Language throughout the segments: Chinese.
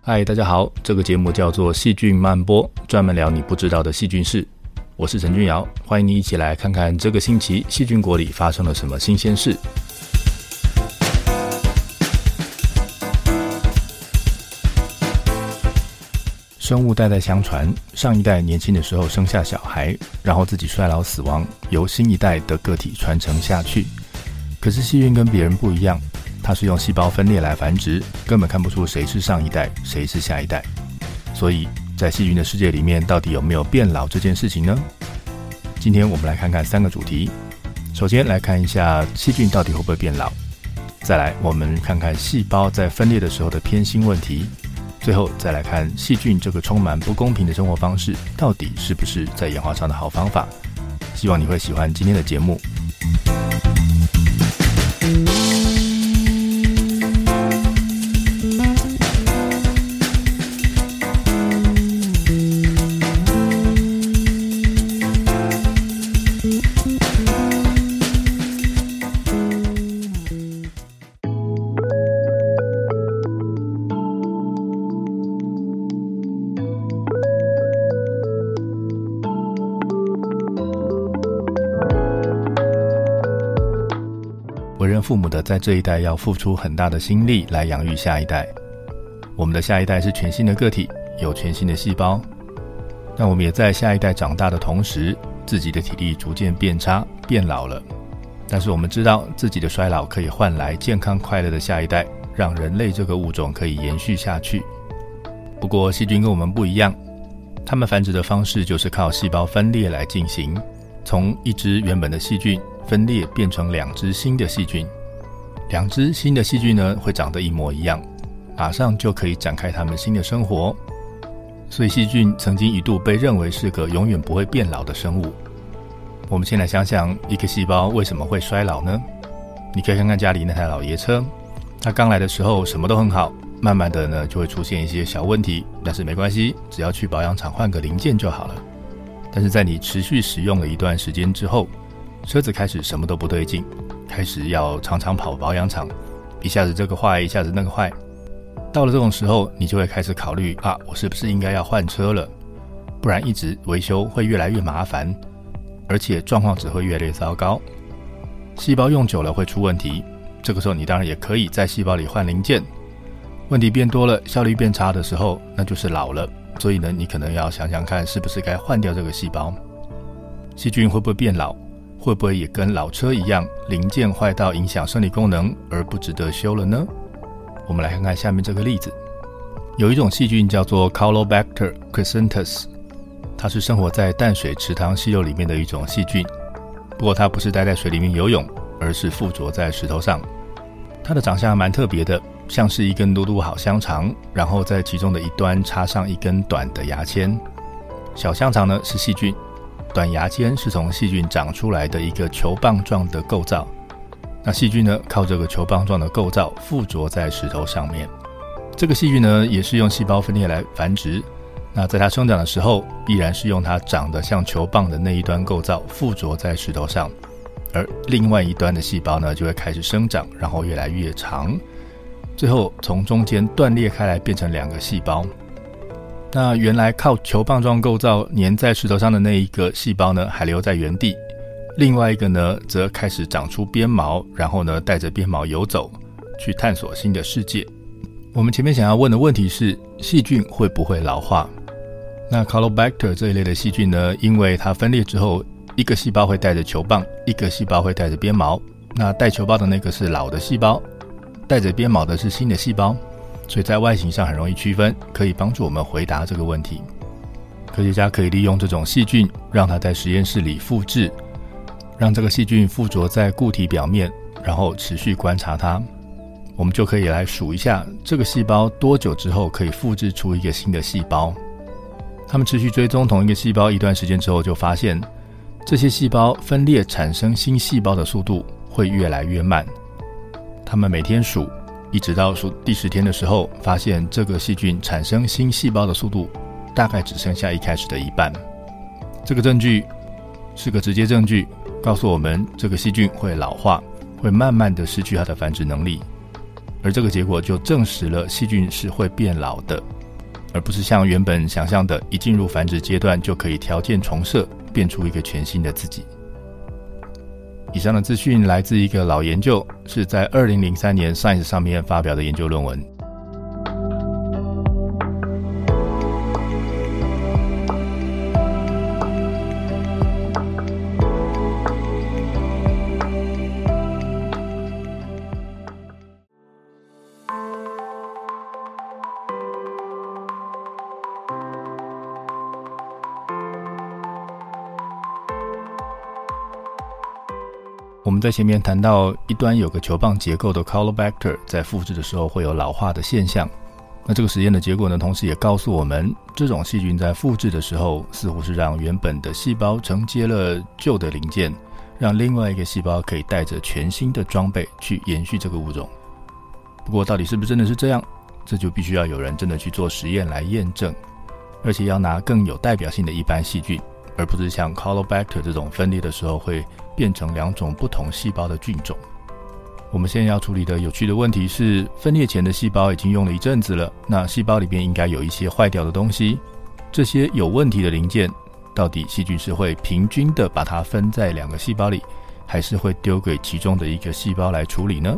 嗨，大家好，这个节目叫做细菌漫播，专门聊你不知道的细菌事。我是陈君尧，欢迎你一起来看看这个星期细菌国里发生了什么新鲜事。生物代代相传，上一代年轻的时候生下小孩，然后自己衰老死亡，由新一代的个体传承下去。可是细菌跟别人不一样，它是用细胞分裂来繁殖，根本看不出谁是上一代，谁是下一代。所以在细菌的世界里面，到底有没有变老这件事情呢？今天我们来看看3个主题。首先来看一下细菌到底会不会变老，再来我们看看细胞在分裂的时候的偏心问题，最后再来看细菌这个充满不公平的生活方式到底是不是在演化上的好方法。希望你会喜欢今天的节目。为人父母的在这一代要付出很大的心力来养育下一代。我们的下一代是全新的个体，有全新的细胞。但我们也在下一代长大的同时，自己的体力逐渐变差，变老了。但是我们知道自己的衰老可以换来健康快乐的下一代，让人类这个物种可以延续下去。不过细菌跟我们不一样，它们繁殖的方式就是靠细胞分裂来进行，从一只原本的细菌分裂变成2只新的细菌。2只新的细菌呢，会长得一模一样，马上就可以展开它们新的生活。所以细菌曾经一度被认为是个永远不会变老的生物。我们先来想想一个细胞为什么会衰老呢？你可以看看家里那台老爷车，它刚来的时候什么都很好，慢慢的呢就会出现一些小问题，但是没关系，只要去保养厂换个零件就好了。但是在你持续使用了一段时间之后，车子开始什么都不对劲，开始要常常跑保养厂，一下子这个坏，一下子那个坏。到了这种时候，你就会开始考虑我是不是应该要换车了，不然一直维修会越来越麻烦，而且状况只会越来越糟糕。细胞用久了会出问题，这个时候你当然也可以在细胞里换零件。问题变多了，效率变差的时候，那就是老了。所以呢，你可能要想想看，是不是该换掉这个细胞。细菌会不会变老？会不会也跟老车一样，零件坏到影响生理功能而不值得修了呢？我们来看看下面这个例子。有一种细菌叫做 Caulobacter crescentus， 它是生活在淡水池塘溪流里面的一种细菌。不过它不是待在水里面游泳，而是附着在石头上。它的长相蛮特别的，像是一根嘟嘟好香肠，然后在其中的一端插上一根短的牙签。小香肠呢是细菌，短牙签是从细菌长出来的一个球棒状的构造。那细菌呢，靠这个球棒状的构造附着在石头上面。这个细菌呢，也是用细胞分裂来繁殖。那在它生长的时候，必然是用它长得像球棒的那一端构造附着在石头上，而另外一端的细胞呢，就会开始生长，然后越来越长，最后从中间断裂开来，变成2个细胞。那原来靠球棒状构造粘在石头上的那一个细胞呢，还留在原地，另外一个呢，则开始长出鞭毛，然后呢，带着鞭毛游走，去探索新的世界。我们前面想要问的问题是，细菌会不会老化？那 Caulobacter 这一类的细菌呢，因为它分裂之后，一个细胞会带着球棒，一个细胞会带着鞭毛。那带球棒的那个是老的细胞，带着鞭毛的是新的细胞，所以在外形上很容易区分，可以帮助我们回答这个问题。科学家可以利用这种细菌，让它在实验室里复制，让这个细菌附着在固体表面，然后持续观察它。我们就可以来数一下，这个细胞多久之后可以复制出一个新的细胞。他们持续追踪同一个细胞一段时间之后，就发现这些细胞分裂产生新细胞的速度会越来越慢。他们每天数，一直到数第10天的时候，发现这个细菌产生新细胞的速度大概只剩下一开始的一半。这个证据是个直接证据，告诉我们这个细菌会老化，会慢慢的失去它的繁殖能力。而这个结果就证实了细菌是会变老的， 而不是像原本想象的一进入繁殖阶段就可以条件重设，变出一个全新的自己。以上的资讯来自一个老研究，是在2003年 Science 上面发表的研究论文。我们在前面谈到一端有个球棒结构的 Caulobacter 在复制的时候会有老化的现象，那这个实验的结果呢，同时也告诉我们，这种细菌在复制的时候似乎是让原本的细胞承接了旧的零件，让另外一个细胞可以带着全新的装备去延续这个物种。不过到底是不是真的是这样，这就必须要有人真的去做实验来验证，而且要拿更有代表性的一般细菌，而不是像 Caulobacter 这种分裂的时候会变成2种不同细胞的菌种。我们现在要处理的有趣的问题是，分裂前的细胞已经用了一阵子了，那细胞里边应该有一些坏掉的东西，这些有问题的零件，到底细菌是会平均的把它分在2个细胞里，还是会丢给其中的一个细胞来处理呢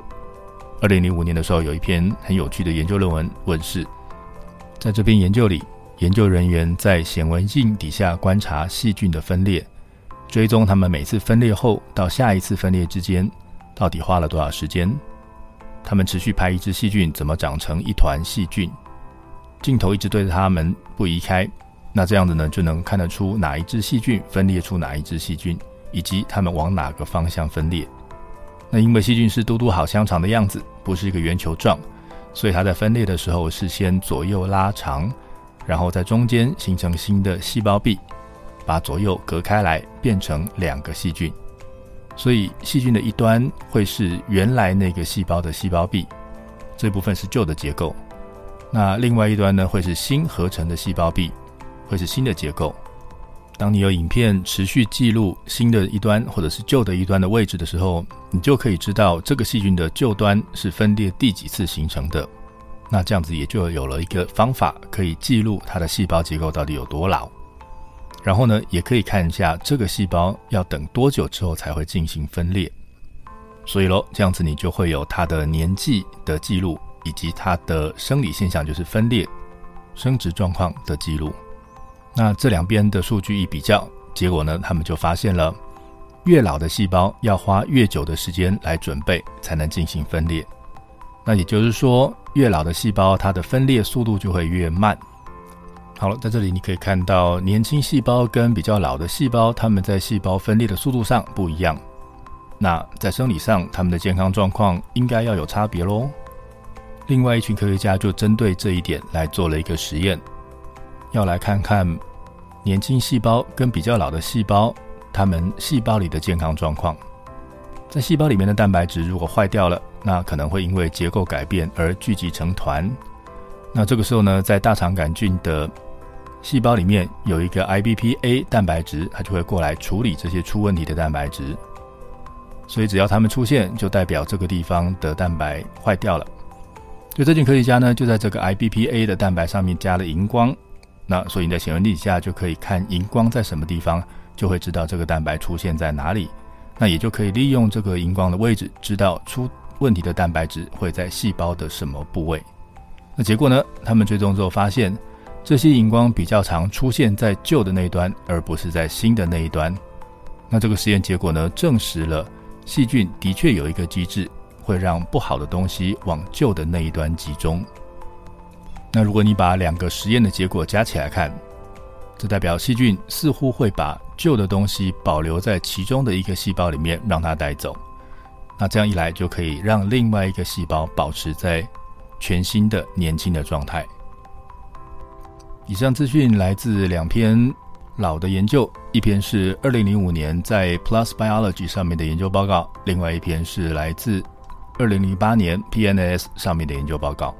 ？2005年的时候，有一篇很有趣的研究论文问世，在这篇研究里，研究人员在显微镜底下观察细菌的分裂，追踪他们每次分裂后到下一次分裂之间到底花了多少时间。他们持续拍一只细菌怎么长成一团细菌，镜头一直对着它们不移开，那这样子呢，就能看得出哪一只细菌分裂出哪一只细菌，以及它们往哪个方向分裂。那因为细菌是嘟嘟好香肠的样子，不是一个圆球状，所以它在分裂的时候是先左右拉长，然后在中间形成新的细胞壁，把左右隔开来，变成2个细菌。所以细菌的一端会是原来那个细胞的细胞壁，这部分是旧的结构，那另外一端呢，会是新合成的细胞壁，会是新的结构。当你有影片持续记录新的一端或者是旧的一端的位置的时候，你就可以知道这个细菌的旧端是分裂第几次形成的，那这样子也就有了一个方法可以记录它的细胞结构到底有多老，然后呢，也可以看一下这个细胞要等多久之后才会进行分裂。所以咯，这样子你就会有它的年纪的记录，以及它的生理现象，就是分裂生殖状况的记录。那这2边的数据一比较，结果呢，他们就发现了越老的细胞要花越久的时间来准备才能进行分裂。那也就是说，越老的细胞它的分裂速度就会越慢。好了，在这里你可以看到年轻细胞跟比较老的细胞，它们在细胞分裂的速度上不一样，那在生理上它们的健康状况应该要有差别咯。另外一群科学家就针对这一点来做了一个实验，要来看看年轻细胞跟比较老的细胞它们细胞里的健康状况。在细胞里面的蛋白质如果坏掉了，那可能会因为结构改变而聚集成团，那这个时候呢，在大肠杆菌的细胞里面有一个 IBP-A 蛋白质，它就会过来处理这些出问题的蛋白质，所以只要它们出现，就代表这个地方的蛋白坏掉了。所以这群科学家呢，就在这个 IBP-A 的蛋白上面加了荧光，那所以你在显微镜底下就可以看荧光在什么地方，就会知道这个蛋白出现在哪里，那也就可以利用这个荧光的位置，知道出问题的蛋白质会在细胞的什么部位。那结果呢，他们追踪之后发现，这些荧光比较常出现在旧的那一端，而不是在新的那一端。那这个实验结果呢，证实了细菌的确有一个机制，会让不好的东西往旧的那一端集中。那如果你把2个实验的结果加起来看，这代表细菌似乎会把旧的东西保留在其中的一个细胞里面，让它带走。那这样一来，就可以让另外一个细胞保持在全新的年轻的状态。以上资讯来自2篇老的研究，一篇是2005年在 PLOS Biology 上面的研究报告，另外一篇是来自2008年 PNAS 上面的研究报告。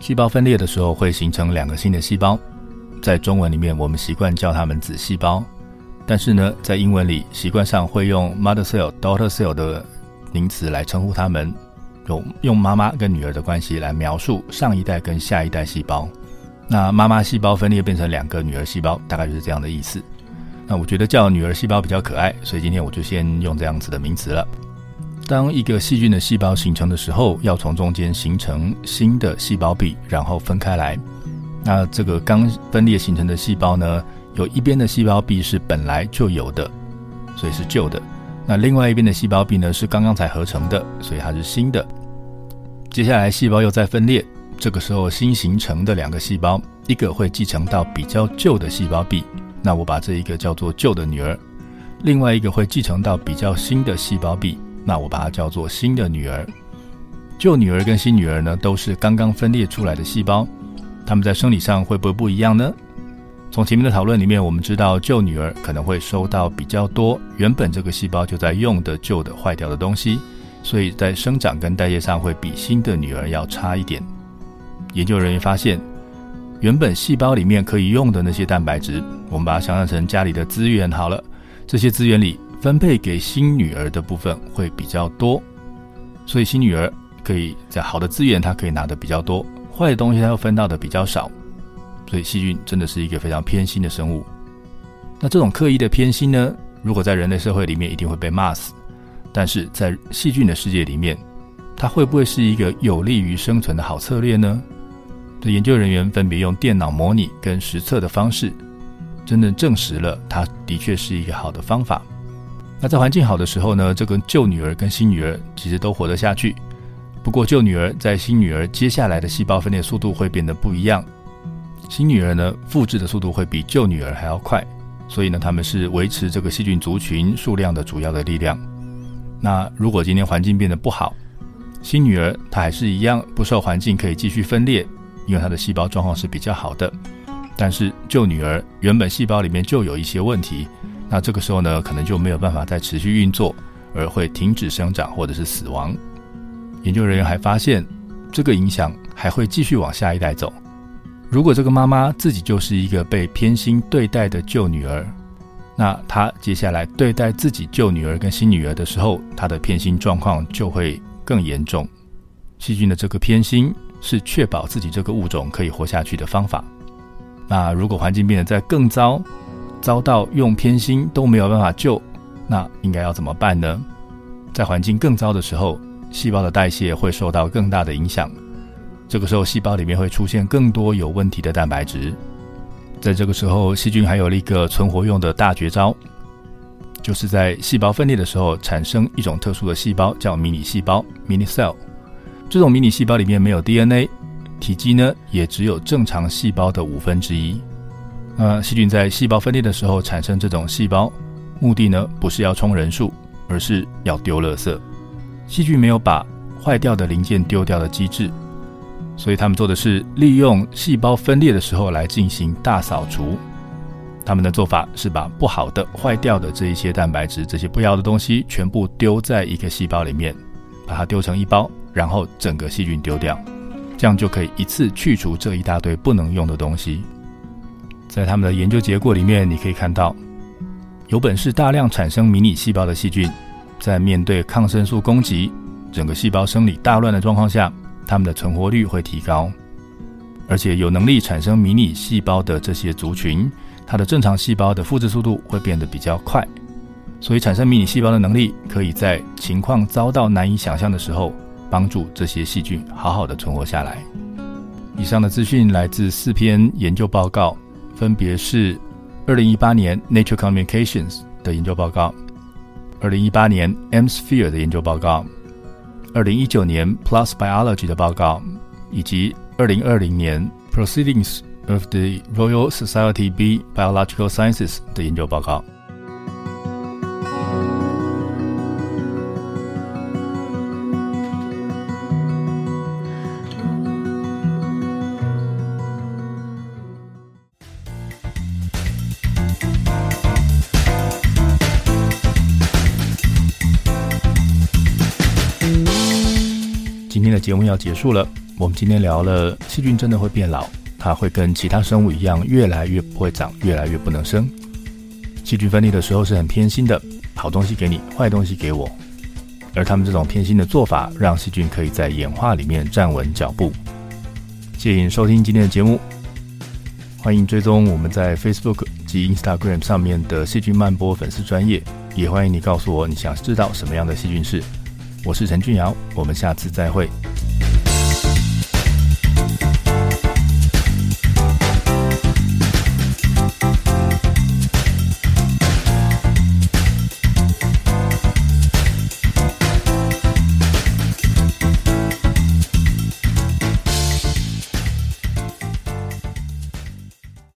细胞分裂的时候会形成2个新的细胞，在中文里面我们习惯叫它们子细胞，但是呢，在英文里习惯上会用 mother cell、daughter cell 的名词来称呼它们，用妈妈跟女儿的关系来描述上一代跟下一代细胞。那妈妈细胞分裂变成2个女儿细胞，大概就是这样的意思。那我觉得叫女儿细胞比较可爱，所以今天我就先用这样子的名词了。当一个细菌的细胞形成的时候，要从中间形成新的细胞壁，然后分开来。那这个刚分裂形成的细胞呢，有一边的细胞壁是本来就有的，所以是旧的。那另外一边的细胞壁呢，是刚刚才合成的，所以它是新的。接下来细胞又再分裂，这个时候新形成的2个细胞，一个会继承到比较旧的细胞壁，那我把这一个叫做旧的女儿；另外一个会继承到比较新的细胞壁，那我把它叫做新的女儿。旧女儿跟新女儿呢，都是刚刚分裂出来的细胞，它们在生理上会不会不一样呢？从前面的讨论里面，我们知道旧女儿可能会收到比较多原本这个细胞就在用的旧的坏掉的东西，所以在生长跟代谢上会比新的女儿要差一点。研究人员发现，原本细胞里面可以用的那些蛋白质，我们把它想象成家里的资源好了，这些资源里分配给新女儿的部分会比较多，所以新女儿可以在好的资源她可以拿的比较多，坏的东西她又分到的比较少。所以细菌真的是一个非常偏心的生物。那这种刻意的偏心呢，如果在人类社会里面一定会被骂死，但是在细菌的世界里面，它会不会是一个有利于生存的好策略呢？这研究人员分别用电脑模拟跟实测的方式，真正证实了它的确是一个好的方法。那在环境好的时候呢，这个旧女儿跟新女儿其实都活得下去，不过旧女儿在新女儿接下来的细胞分裂速度会变得不一样，新女儿呢复制的速度会比旧女儿还要快，所以呢他们是维持这个细菌族群数量的主要的力量。那如果今天环境变得不好，新女儿她还是一样不受环境可以继续分裂，因为她的细胞状况是比较好的，但是旧女儿原本细胞里面就有一些问题，那这个时候呢可能就没有办法再持续运作，而会停止生长或者是死亡。研究人员还发现，这个影响还会继续往下一代走。如果这个妈妈自己就是一个被偏心对待的旧女儿，那她接下来对待自己旧女儿跟新女儿的时候，她的偏心状况就会更严重。细菌的这个偏心是确保自己这个物种可以活下去的方法。那如果环境变得再更糟，糟到用偏心都没有办法救，那应该要怎么办呢？在环境更糟的时候，细胞的代谢会受到更大的影响，这个时候细胞里面会出现更多有问题的蛋白质。在这个时候，细菌还有了一个存活用的大绝招，就是在细胞分裂的时候产生一种特殊的细胞，叫迷你细胞 mini cell。 这种迷你细胞里面没有 DNA， 体积呢也只有正常细胞的1/5。细菌在细胞分裂的时候产生这种细胞，目的呢不是要冲人数，而是要丢垃圾。细菌没有把坏掉的零件丢掉的机制，所以他们做的是利用细胞分裂的时候来进行大扫除。他们的做法是把不好的坏掉的这一些蛋白质，这些不要的东西全部丢在一个细胞里面，把它丢成一包，然后整个细菌丢掉，这样就可以一次去除这一大堆不能用的东西。在他们的研究结果里面，你可以看到有本事大量产生迷你细胞的细菌，在面对抗生素攻击，整个细胞生理大乱的状况下，它们的存活率会提高。而且有能力产生迷你细胞的这些族群，它的正常细胞的复制速度会变得比较快，所以产生迷你细胞的能力可以在情况糟到难以想象的时候，帮助这些细菌好好的存活下来。以上的资讯来自4篇研究报告，分别是2018年 Nature Communications 的研究报告，2018年 M-Sphere 的研究报告，2019年 PLOS Biology 的报告，以及2020年 Proceedings of the Royal Society B Biological Sciences 的研究报告。今天的节目要结束了， 我们今天聊了细菌真的会变老，它会跟其他生物一样越来越不会长，越来越不能生。细菌分裂的时候是很偏心的，好东西给你，坏东西给我。而他们这种偏心的做法，让细菌可以在演化里面站稳脚步。谢谢你收听今天的节目，欢迎追踪我们在 Facebook 及 Instagram 上面的细菌漫播粉丝专页，也欢迎你告诉我你想知道什么样的细菌事。我是陈俊尧，我们下次再会。